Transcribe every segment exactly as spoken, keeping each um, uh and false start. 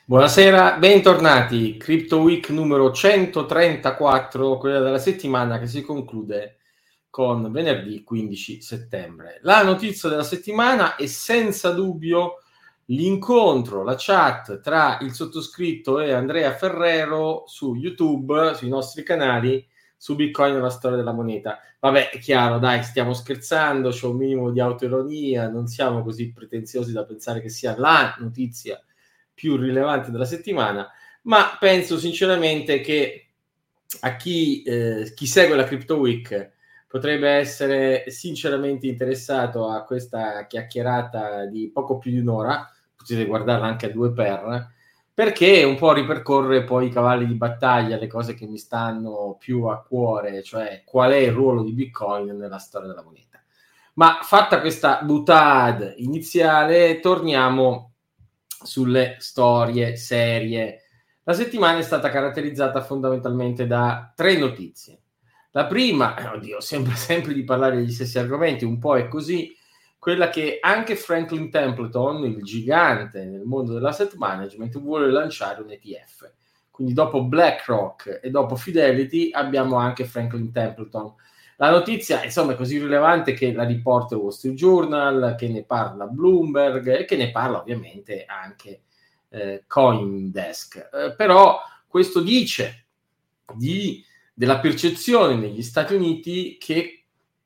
Buonasera, bentornati. Crypto Week numero centotrentaquattro, quella della settimana che si conclude con venerdì quindici settembre. La notizia della settimana è senza dubbio l'incontro, la chat tra il sottoscritto e Andrea Ferrero su YouTube, sui nostri canali, su Bitcoin e la storia della moneta. Vabbè, è chiaro, dai, stiamo scherzando, c'è un minimo di autoironia, non siamo così pretenziosi da pensare che sia la notizia più rilevante della settimana, ma penso sinceramente che a chi, eh, chi segue la Crypto Week potrebbe essere sinceramente interessato a questa chiacchierata di poco più di un'ora, potete guardarla anche a due per, perché un po' ripercorre poi i cavalli di battaglia, le cose che mi stanno più a cuore, cioè qual è il ruolo di Bitcoin nella storia della moneta. Ma fatta questa boutade iniziale, torniamo sulle storie serie. La settimana è stata caratterizzata fondamentalmente da tre notizie. La prima, oddio, sembra sempre di parlare degli stessi argomenti, un po' è così, quella che anche Franklin Templeton, il gigante nel mondo dell'asset management, vuole lanciare un E T F. Quindi dopo BlackRock e dopo Fidelity abbiamo anche Franklin Templeton. La notizia, insomma, è così rilevante che la riporta il Wall Street Journal, che ne parla Bloomberg e che ne parla ovviamente anche eh, CoinDesk. Eh, però questo dice di, della percezione negli Stati Uniti che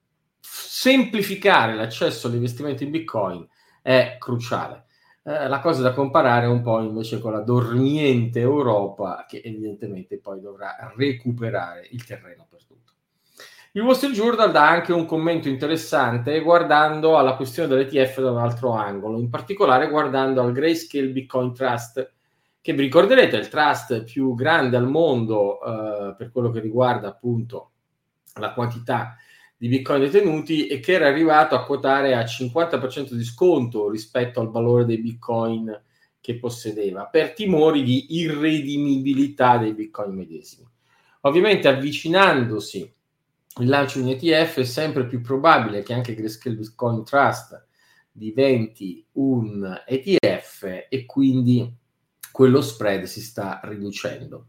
semplificare l'accesso all'investimento in Bitcoin è cruciale. Eh, la cosa da comparare un po' invece con la dormiente Europa, che evidentemente poi dovrà recuperare il terreno perduto. Il Wall Street Journal dà anche un commento interessante guardando alla questione dell'E T F da un altro angolo, in particolare guardando al Grayscale Bitcoin Trust, che vi ricorderete è il trust più grande al mondo eh, per quello che riguarda appunto la quantità di Bitcoin detenuti e che era arrivato a quotare a cinquanta per cento di sconto rispetto al valore dei Bitcoin che possedeva, per timori di irredimibilità dei Bitcoin medesimi. Ovviamente avvicinandosi il lancio di un E T F è sempre più probabile che anche Grayscale Bitcoin Trust diventi un E T F e quindi quello spread si sta riducendo.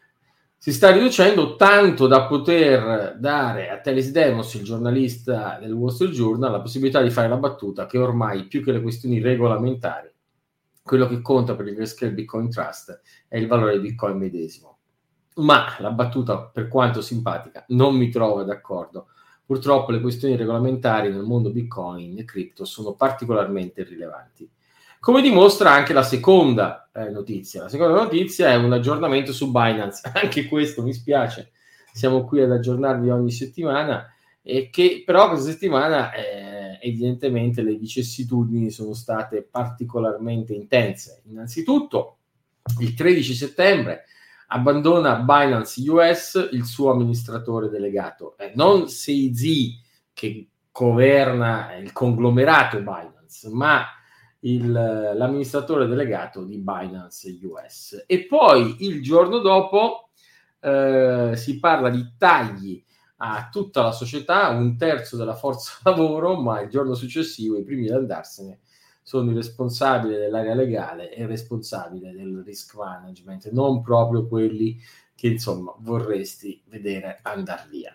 Si sta riducendo tanto da poter dare a Telis Demos, il giornalista del Wall Street Journal, la possibilità di fare la battuta che ormai più che le questioni regolamentari, quello che conta per il Grayscale Bitcoin Trust è il valore di Bitcoin medesimo. Ma la battuta, per quanto simpatica, non mi trovo d'accordo. Purtroppo le questioni regolamentari nel mondo Bitcoin e cripto sono particolarmente rilevanti. Come dimostra anche la seconda eh, notizia. La seconda notizia è un aggiornamento su Binance. Anche questo mi spiace. Siamo qui ad aggiornarvi ogni settimana e che però questa settimana eh, evidentemente le vicissitudini sono state particolarmente intense. Innanzitutto, il tredici settembre abbandona Binance U S il suo amministratore delegato, eh, non C Z che governa il conglomerato Binance, ma il, l'amministratore delegato di Binance U S. E poi il giorno dopo eh, si parla di tagli a tutta la società, un terzo della forza lavoro, ma il giorno successivo i primi ad andarsene sono il responsabile dell'area legale e il responsabile del risk management, non proprio quelli che insomma vorresti vedere andare via.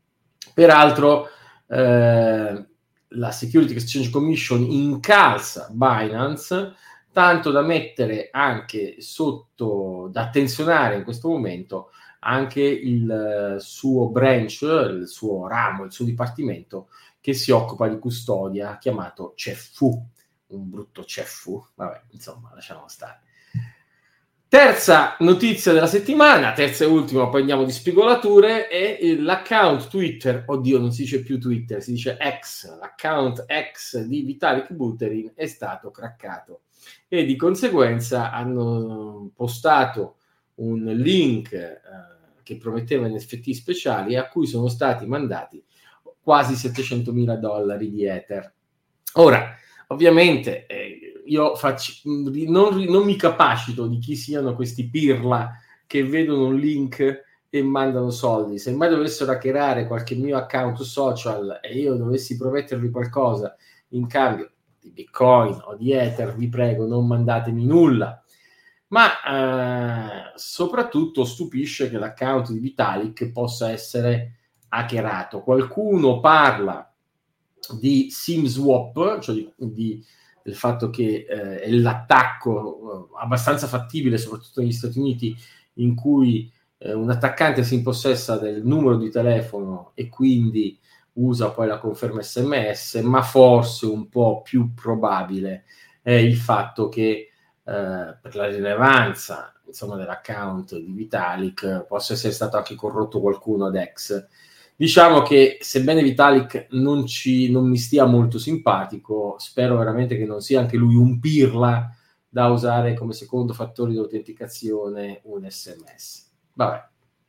Peraltro eh, la Security Exchange Commission incalza Binance tanto da mettere anche sotto, da attenzionare in questo momento anche il suo branch, il suo ramo, il suo dipartimento che si occupa di custodia chiamato C E F U. Un brutto C E F U, vabbè, insomma, lasciamo stare. Terza notizia della settimana, terza e ultima, poi andiamo di spigolature, è l'account Twitter, oddio non si dice più Twitter, si dice X, l'account X di Vitalik Buterin è stato craccato e di conseguenza hanno postato un link eh, che prometteva N F T speciali a cui sono stati mandati quasi settecentomila dollari di Ether. Ora, ovviamente eh, io faccio, non, non mi capacito di chi siano questi pirla che vedono un link e mandano soldi. Se mai dovessero hackerare qualche mio account social e io dovessi promettervi qualcosa in cambio di Bitcoin o di Ether, vi prego, non mandatemi nulla. ma eh, soprattutto stupisce che l'account di Vitalik possa essere hackerato. Qualcuno parla di SIM swap, cioè di, di, del fatto che eh, è l'attacco eh, abbastanza fattibile, soprattutto negli Stati Uniti, in cui eh, un attaccante si impossessa del numero di telefono e quindi usa poi la conferma S M S, ma forse un po' più probabile è il fatto che eh, per la rilevanza, insomma, dell'account di Vitalik possa essere stato anche corrotto qualcuno ad ex. Diciamo che sebbene Vitalik non, ci, non mi stia molto simpatico, spero veramente che non sia anche lui un pirla da usare come secondo fattore di autenticazione un S M S. Vabbè.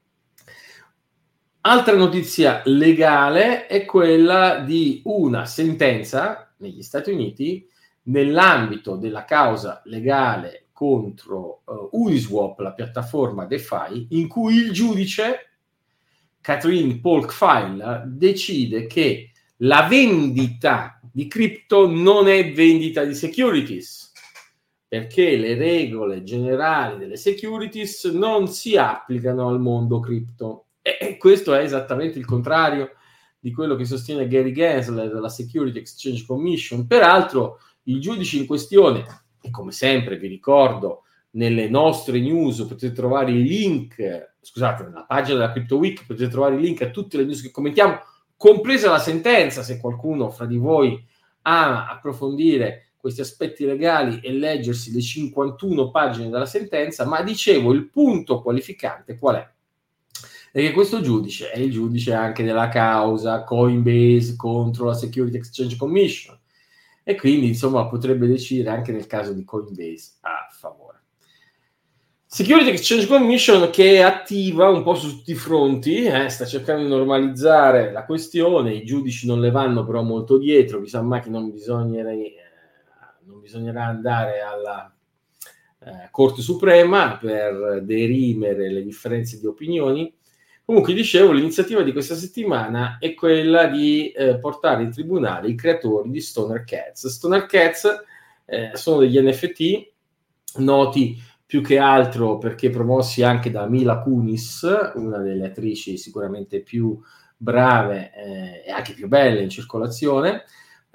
Altra notizia legale è quella di una sentenza negli Stati Uniti nell'ambito della causa legale contro uh, Uniswap, la piattaforma DeFi, in cui il giudice Catherine Polk-File decide che la vendita di cripto non è vendita di securities, perché le regole generali delle securities non si applicano al mondo cripto. E questo è esattamente il contrario di quello che sostiene Gary Gensler della Security Exchange Commission. Peraltro il giudice in questione, e come sempre vi ricordo, nelle nostre news potete trovare i link, scusate, nella pagina della Crypto Week potete trovare i link a tutte le news che commentiamo, compresa la sentenza, se qualcuno fra di voi ama approfondire questi aspetti legali e leggersi le cinquantuno pagine della sentenza. Ma dicevo, il punto qualificante qual è? È che questo giudice è il giudice anche della causa Coinbase contro la Security Exchange Commission e quindi insomma potrebbe decidere anche nel caso di Coinbase a favore. Security Exchange Commission che è attiva un po' su tutti i fronti, eh, sta cercando di normalizzare la questione, i giudici non le vanno però molto dietro, vi sa mai che non bisognerà, eh, non bisognerà andare alla eh, Corte Suprema per derimere le differenze di opinioni. Comunque, dicevo, l'iniziativa di questa settimana è quella di eh, portare in tribunale i creatori di Stoner Cats. Stoner Cats eh, sono degli N F T noti più che altro perché promossi anche da Mila Kunis, una delle attrici sicuramente più brave eh, e anche più belle in circolazione.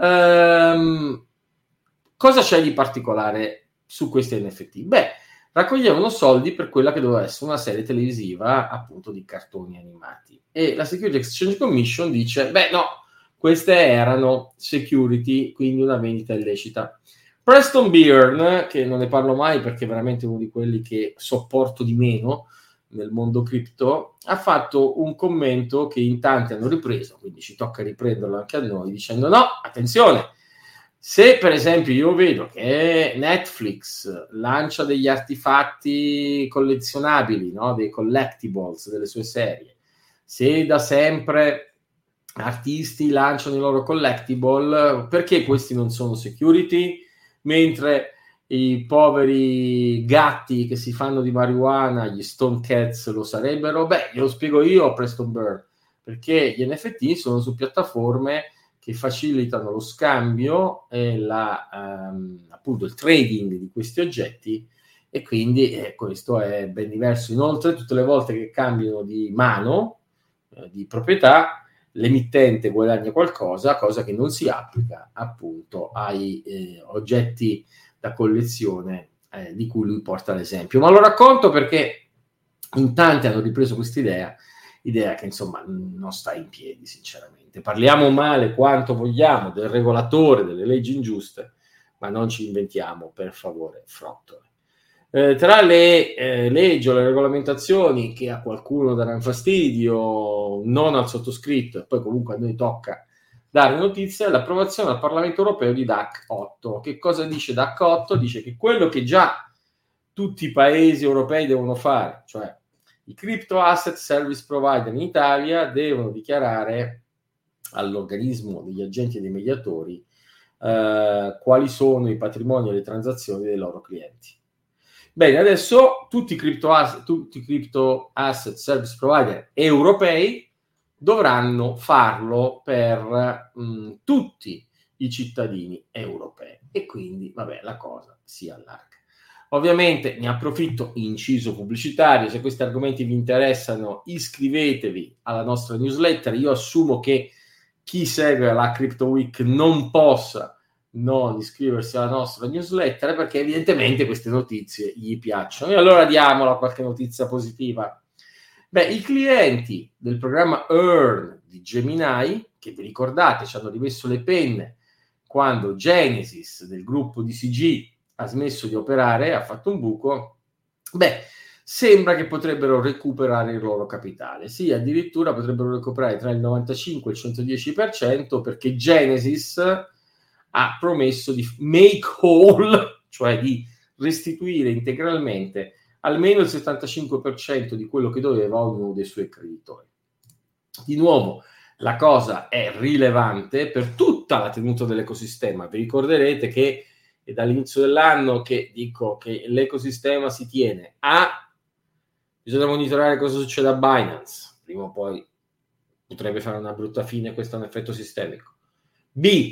Ehm, cosa c'è di particolare su questi N F T? Beh, raccoglievano soldi per quella che doveva essere una serie televisiva appunto di cartoni animati e la Security Exchange Commission dice beh no, queste erano security, quindi una vendita illecita. Preston Byrne, che non ne parlo mai perché è veramente uno di quelli che sopporto di meno nel mondo cripto, ha fatto un commento che in tanti hanno ripreso, quindi ci tocca riprenderlo anche a noi, dicendo no, attenzione, se per esempio io vedo che Netflix lancia degli artefatti collezionabili, no? Dei collectibles delle sue serie, se da sempre artisti lanciano i loro collectible, perché questi non sono security, mentre i poveri gatti che si fanno di marijuana, gli Stone Cats, lo sarebbero? Beh, glielo spiego io a Preston Byrne, perché gli N F T sono su piattaforme che facilitano lo scambio e la, um, appunto il trading di questi oggetti e quindi eh, questo è ben diverso. Inoltre tutte le volte che cambiano di mano, eh, di proprietà, l'emittente guadagna qualcosa, cosa che non si applica appunto ai eh, oggetti da collezione eh, di cui lui porta l'esempio. Ma lo racconto perché in tanti hanno ripreso questa idea, idea che insomma non sta in piedi sinceramente. Parliamo male quanto vogliamo del regolatore, delle leggi ingiuste, ma non ci inventiamo per favore frottole. Eh, tra le eh, leggi o le regolamentazioni che a qualcuno daranno fastidio, non al sottoscritto, e poi comunque a noi tocca dare notizie, l'approvazione al Parlamento europeo di D A C otto. Che cosa dice D A C otto? Dice che quello che già tutti i paesi europei devono fare, cioè i Crypto Asset Service Provider in Italia devono dichiarare all'organismo degli agenti e dei mediatori eh, quali sono i patrimoni e le transazioni dei loro clienti. Bene, adesso tutti i crypto asset, tutti i crypto asset service provider europei dovranno farlo per mh, tutti i cittadini europei e quindi, vabbè, la cosa si allarga. Ovviamente ne approfitto, inciso pubblicitario, se questi argomenti vi interessano iscrivetevi alla nostra newsletter. Io assumo che chi segue la Crypto Week non possa non iscriversi alla nostra newsletter, perché evidentemente queste notizie gli piacciono. E allora diamola qualche notizia positiva. Beh, i clienti del programma Earn di Gemini, che vi ricordate ci hanno rimesso le penne quando Genesis del gruppo D C G ha smesso di operare, ha fatto un buco, beh, sembra che potrebbero recuperare il loro capitale. Sì, addirittura potrebbero recuperare tra il novantacinque e il centodieci per cento, perché Genesis ha promesso di make whole, cioè di restituire integralmente almeno il settantacinque per cento di quello che doveva a ognuno dei suoi creditori. Di nuovo, la cosa è rilevante per tutta la tenuta dell'ecosistema. Vi ricorderete che è dall'inizio dell'anno che dico che l'ecosistema si tiene a... Bisogna monitorare cosa succede a Binance. Prima o poi potrebbe fare una brutta fine, questo è un effetto sistemico. B,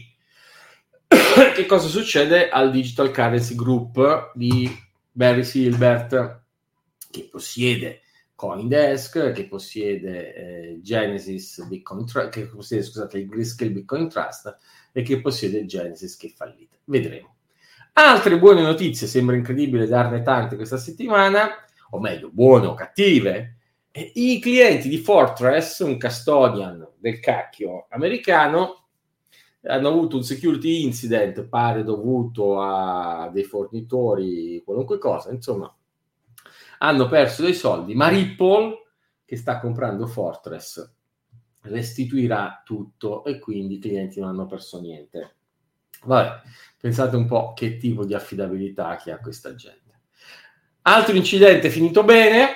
che cosa succede al Digital Currency Group di Barry Silbert, che possiede CoinDesk, che possiede eh, Genesis Bitcoin Trust, che possiede, scusate, il Grayscale Bitcoin Trust, e che possiede Genesis, che è fallita. Vedremo. Altre buone notizie, sembra incredibile darne tante questa settimana, o meglio, buone o cattive. E i clienti di Fortress, un custodian del cacchio americano, hanno avuto un security incident, pare dovuto a dei fornitori, qualunque cosa, insomma, hanno perso dei soldi, ma Ripple, che sta comprando Fortress, restituirà tutto e quindi i clienti non hanno perso niente. Vabbè, pensate un po' che tipo di affidabilità che ha questa gente. Altro incidente finito bene,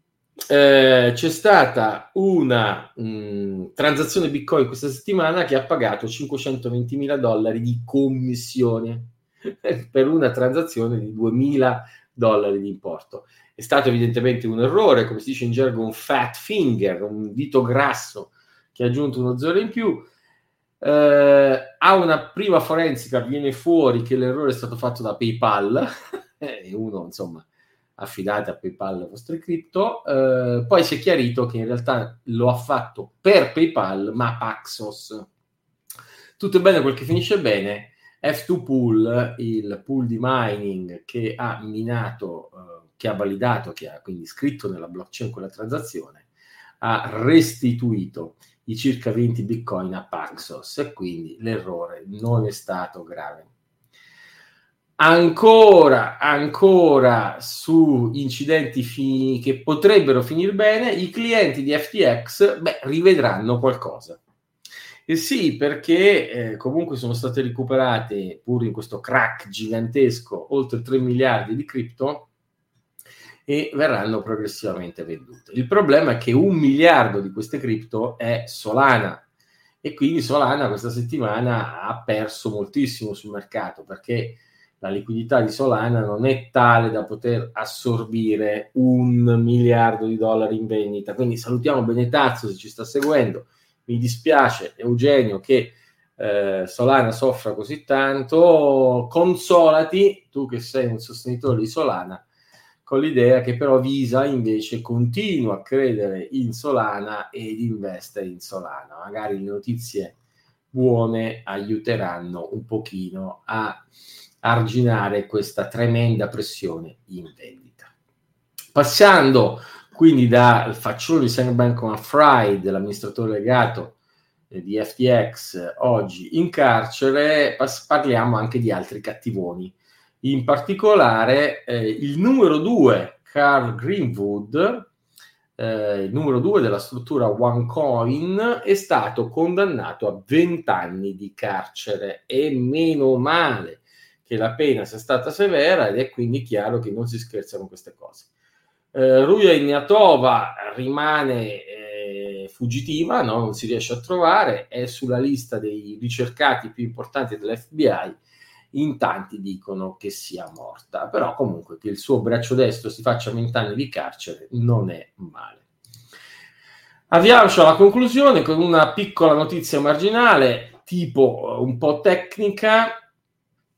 eh, c'è stata una mh, transazione Bitcoin questa settimana che ha pagato cinquecentoventimila dollari di commissione per una transazione di duemila dollari di importo. È stato evidentemente un errore, come si dice in gergo un fat finger, un dito grasso che ha aggiunto uno zero in più. Eh, a una prima forensica viene fuori che l'errore è stato fatto da PayPal e uno, insomma, affidate a PayPal le vostre cripto. Eh, poi si è chiarito che in realtà lo ha fatto per PayPal, ma Paxos. Tutto è bene quel che finisce bene. F due Pool, il pool di mining che ha minato, eh, che ha validato, che ha quindi scritto nella blockchain quella transazione, ha restituito i circa venti bitcoin a Paxos e quindi l'errore non è stato grave. Ancora, ancora su incidenti fi- che potrebbero finire bene, i clienti di F T X, beh, rivedranno qualcosa. E sì, perché eh, comunque sono state recuperate, pur in questo crack gigantesco, oltre tre miliardi di cripto e verranno progressivamente vendute. Il problema è che un miliardo di queste cripto è Solana e quindi Solana questa settimana ha perso moltissimo sul mercato, perché la liquidità di Solana non è tale da poter assorbire un miliardo di dollari in vendita. Quindi salutiamo Benetazzo se ci sta seguendo. Mi dispiace, Eugenio, che eh, Solana soffra così tanto. Consolati, tu che sei un sostenitore di Solana, con l'idea che però Visa invece continua a credere in Solana ed investe in Solana. Magari le notizie buone aiuteranno un pochino a arginare questa tremenda pressione in vendita. Passando quindi dal faccione di Sam Bankman-Fried, l'amministratore legato eh, di F T X, oggi in carcere, pas- parliamo anche di altri cattivoni. In particolare eh, il numero due, Carl Greenwood, eh, il numero due della struttura OneCoin, è stato condannato a venti anni di carcere e meno male che la pena sia stata severa ed è quindi chiaro che non si scherza con queste cose. Eh, Ruja Ignatova rimane eh, fuggitiva, no? Non si riesce a trovare, è sulla lista dei ricercati più importanti dell'F B I, in tanti dicono che sia morta, però comunque che il suo braccio destro si faccia venti anni di carcere non è male. Avviamoci alla conclusione con una piccola notizia marginale, tipo un po' tecnica.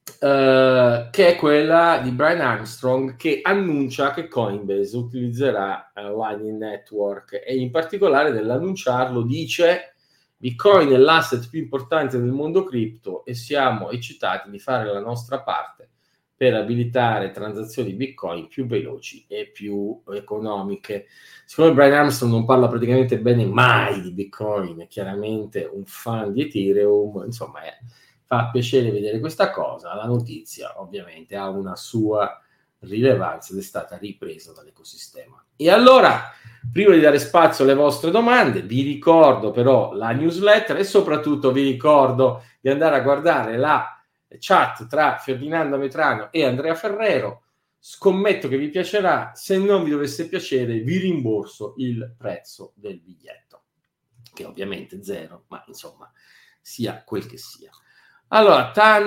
Uh, che è quella di Brian Armstrong, che annuncia che Coinbase utilizzerà uh, Lightning Network, e in particolare nell'annunciarlo dice: Bitcoin è l'asset più importante del mondo cripto e siamo eccitati di fare la nostra parte per abilitare transazioni Bitcoin più veloci e più economiche. Siccome Brian Armstrong non parla praticamente bene mai di Bitcoin, è chiaramente un fan di Ethereum, insomma è, fa piacere vedere questa cosa. La notizia ovviamente ha una sua rilevanza ed è stata ripresa dall'ecosistema. E allora, prima di dare spazio alle vostre domande, vi ricordo però la newsletter e soprattutto vi ricordo di andare a guardare la chat tra Ferdinando Metrano e Andrea Ferrero. Scommetto che vi piacerà. Se non vi dovesse piacere, vi rimborso il prezzo del biglietto, che ovviamente è zero, ma insomma sia quel che sia. Allora,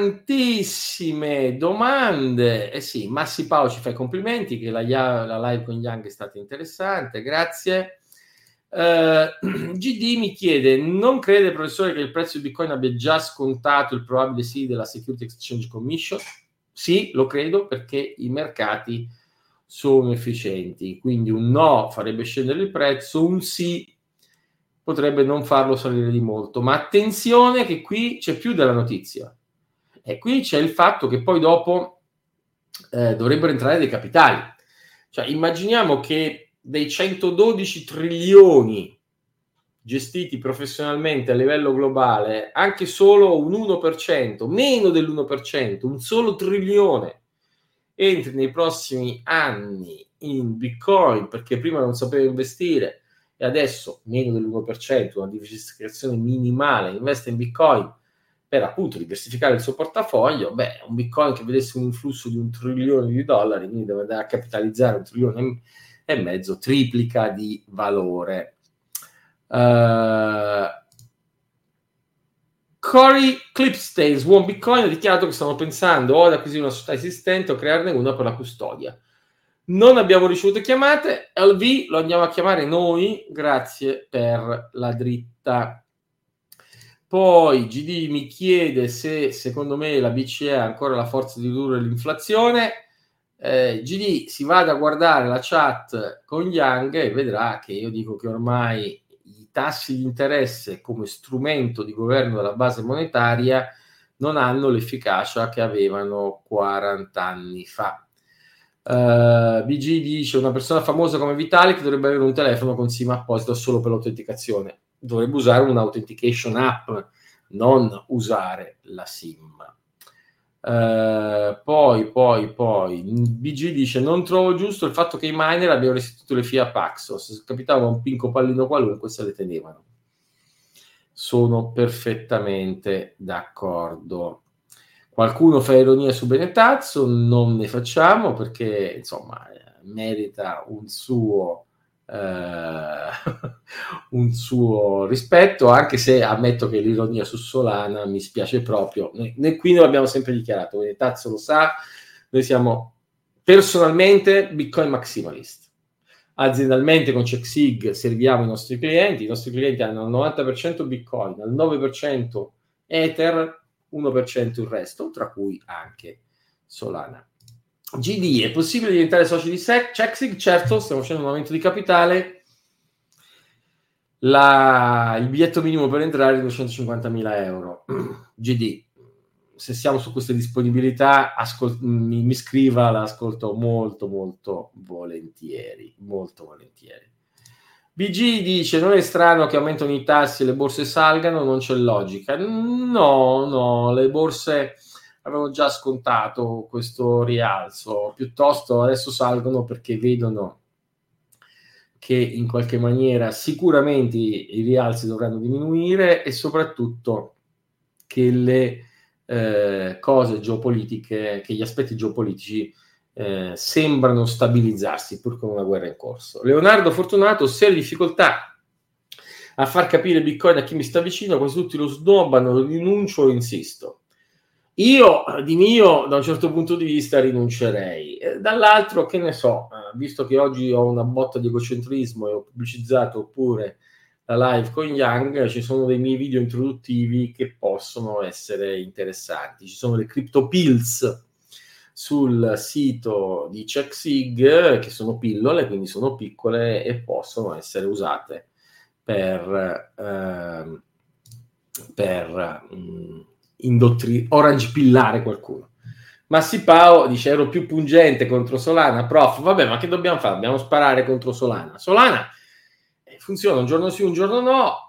tantissime domande. Eh sì, Massi Paolo ci fa i complimenti, che la, la live con Yang è stata interessante, grazie. Uh, G D mi chiede: non crede, professore, che il prezzo di Bitcoin abbia già scontato il probabile sì della Security Exchange Commission? Sì, lo credo, perché i mercati sono efficienti, quindi un no farebbe scendere il prezzo, un sì potrebbe non farlo salire di molto. Ma attenzione che qui c'è più della notizia, e qui c'è il fatto che poi dopo eh, dovrebbero entrare dei capitali. Cioè, immaginiamo che dei centododici trilioni gestiti professionalmente a livello globale, anche solo un uno per cento, meno dell'uno per cento, un solo trilione entri nei prossimi anni in Bitcoin, perché prima non sapeva investire e adesso meno dell'uno per cento, una diversificazione minimale, investe in Bitcoin per appunto diversificare il suo portafoglio. Beh, un Bitcoin che vedesse un influsso di un trilione di dollari, quindi deve andare a capitalizzare un trilione e mezzo, triplica di valore. Uh, Corey Clipstains, One Bitcoin, ha dichiarato che stanno pensando o ad acquisire una società esistente o crearne una per la custodia. Non abbiamo ricevuto chiamate. L V lo andiamo a chiamare noi, grazie per la dritta. Poi G D mi chiede se secondo me la B C E ha ancora la forza di ridurre l'inflazione. eh, G D si vada a guardare la chat con Yang e vedrà che io dico che ormai i tassi di interesse come strumento di governo della base monetaria non hanno l'efficacia che avevano quaranta anni fa. Uh, B G dice: una persona famosa come Vitalik dovrebbe avere un telefono con SIM apposito solo per l'autenticazione. Dovrebbe usare un'authentication app, non usare la SIM. Uh, poi, poi, poi B G dice: non trovo giusto il fatto che i miner abbiano restituito le fee a Paxos. Se capitava un pinco pallino qualunque, se le tenevano. Sono perfettamente d'accordo. Qualcuno fa ironia su Benetazzo, non ne facciamo perché insomma merita un suo eh, un suo rispetto, anche se ammetto che l'ironia su Solana mi spiace proprio. Noi, noi qui lo abbiamo sempre dichiarato, Benetazzo lo sa, noi siamo personalmente Bitcoin maximalist. Aziendalmente con CheckSig serviamo i nostri clienti, i nostri clienti hanno il novanta per cento Bitcoin, il nove per cento Ether, uno per cento il resto, tra cui anche Solana. G D, è possibile diventare soci di CheckSig? Certo, stiamo facendo un aumento di capitale. La, il biglietto minimo per entrare è duecentocinquantamila euro. G D, se siamo su queste disponibilità, ascol- mi, mi scriva, l'ascolto molto molto volentieri, molto volentieri. B G dice: non è strano che aumentano i tassi e le borse salgano, non c'è logica. No, no, le borse avevano già scontato questo rialzo, piuttosto adesso salgono perché vedono che in qualche maniera sicuramente i rialzi dovranno diminuire e soprattutto che le eh, cose geopolitiche, che gli aspetti geopolitici eh, sembrano stabilizzarsi pur con una guerra in corso. Leonardo Fortunato: se le difficoltà a far capire Bitcoin a chi mi sta vicino, quasi tutti lo snobbano, lo rinuncio o insisto. Io di mio, da un certo punto di vista, rinuncerei. Eh, dall'altro, che ne so, eh, visto che oggi ho una botta di egocentrismo e ho pubblicizzato pure la live con Yang, ci sono dei miei video introduttivi che possono essere interessanti. Ci sono le crypto pills sul sito di CheckSig, che sono pillole, quindi sono piccole e possono essere usate per, eh, per mh, indottri- orange pillare qualcuno. Massi Pao dice: ero più pungente contro Solana. Prof, vabbè, ma che dobbiamo fare? Dobbiamo sparare contro Solana. Solana eh, funziona un giorno sì, un giorno no,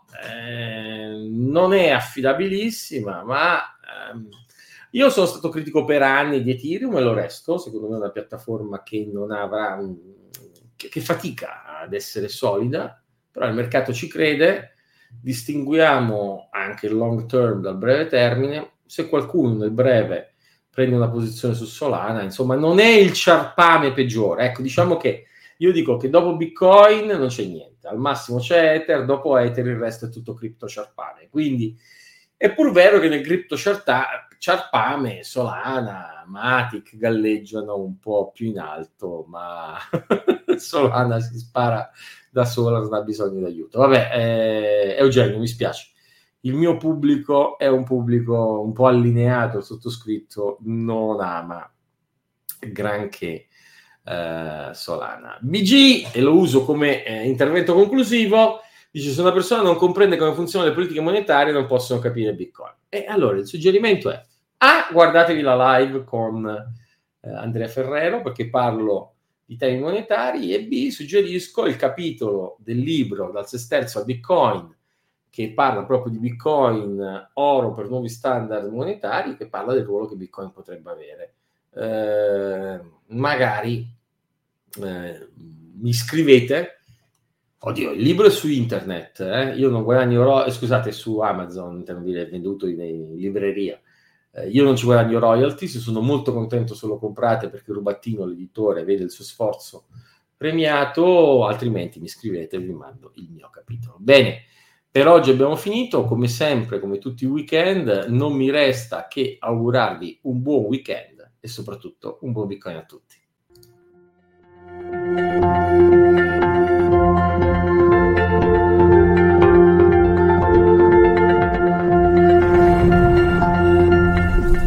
eh, non è affidabilissima, ma ehm, io sono stato critico per anni di Ethereum e lo resto. Secondo me è una piattaforma che non avrà che, che fatica ad essere solida, però il mercato ci crede. Distinguiamo anche il long term dal breve termine. Se qualcuno nel breve prende una posizione su Solana, insomma, non è il ciarpame peggiore. Ecco, diciamo che io dico che dopo Bitcoin non c'è niente, al massimo c'è Ether, dopo Ether il resto è tutto cripto ciarpame. Quindi è pur vero che nel cripto ciarpame Solana, Matic galleggiano un po' più in alto, ma Solana si spara da sola, non ha bisogno di aiuto. Vabbè, eh, Eugenio, mi spiace. Il mio pubblico è un pubblico un po' allineato, il sottoscritto non ama granché eh, Solana. B G, e lo uso come eh, intervento conclusivo, dice: se una persona non comprende come funzionano le politiche monetarie non possono capire Bitcoin. E allora il suggerimento è: A, guardatevi la live con eh, Andrea Ferrero, perché parlo di temi monetari, e B, suggerisco il capitolo del libro Dal sesterzo al Bitcoin, che parla proprio di Bitcoin, oro per nuovi standard monetari, che parla del ruolo che Bitcoin potrebbe avere. Eh, magari eh, mi scrivete. Oddio, il libro è su internet, eh? Io non guadagno ro- scusate, su Amazon, intendo dire, venduto in, in libreria. Eh, io non ci guadagno royalties, sono molto contento se lo comprate, perché Rubattino, l'editore, vede il suo sforzo premiato, altrimenti mi scrivete e vi mando il mio capitolo. Bene, per oggi abbiamo finito, come sempre, come tutti i weekend, non mi resta che augurarvi un buon weekend e soprattutto un buon Bitcoin a tutti.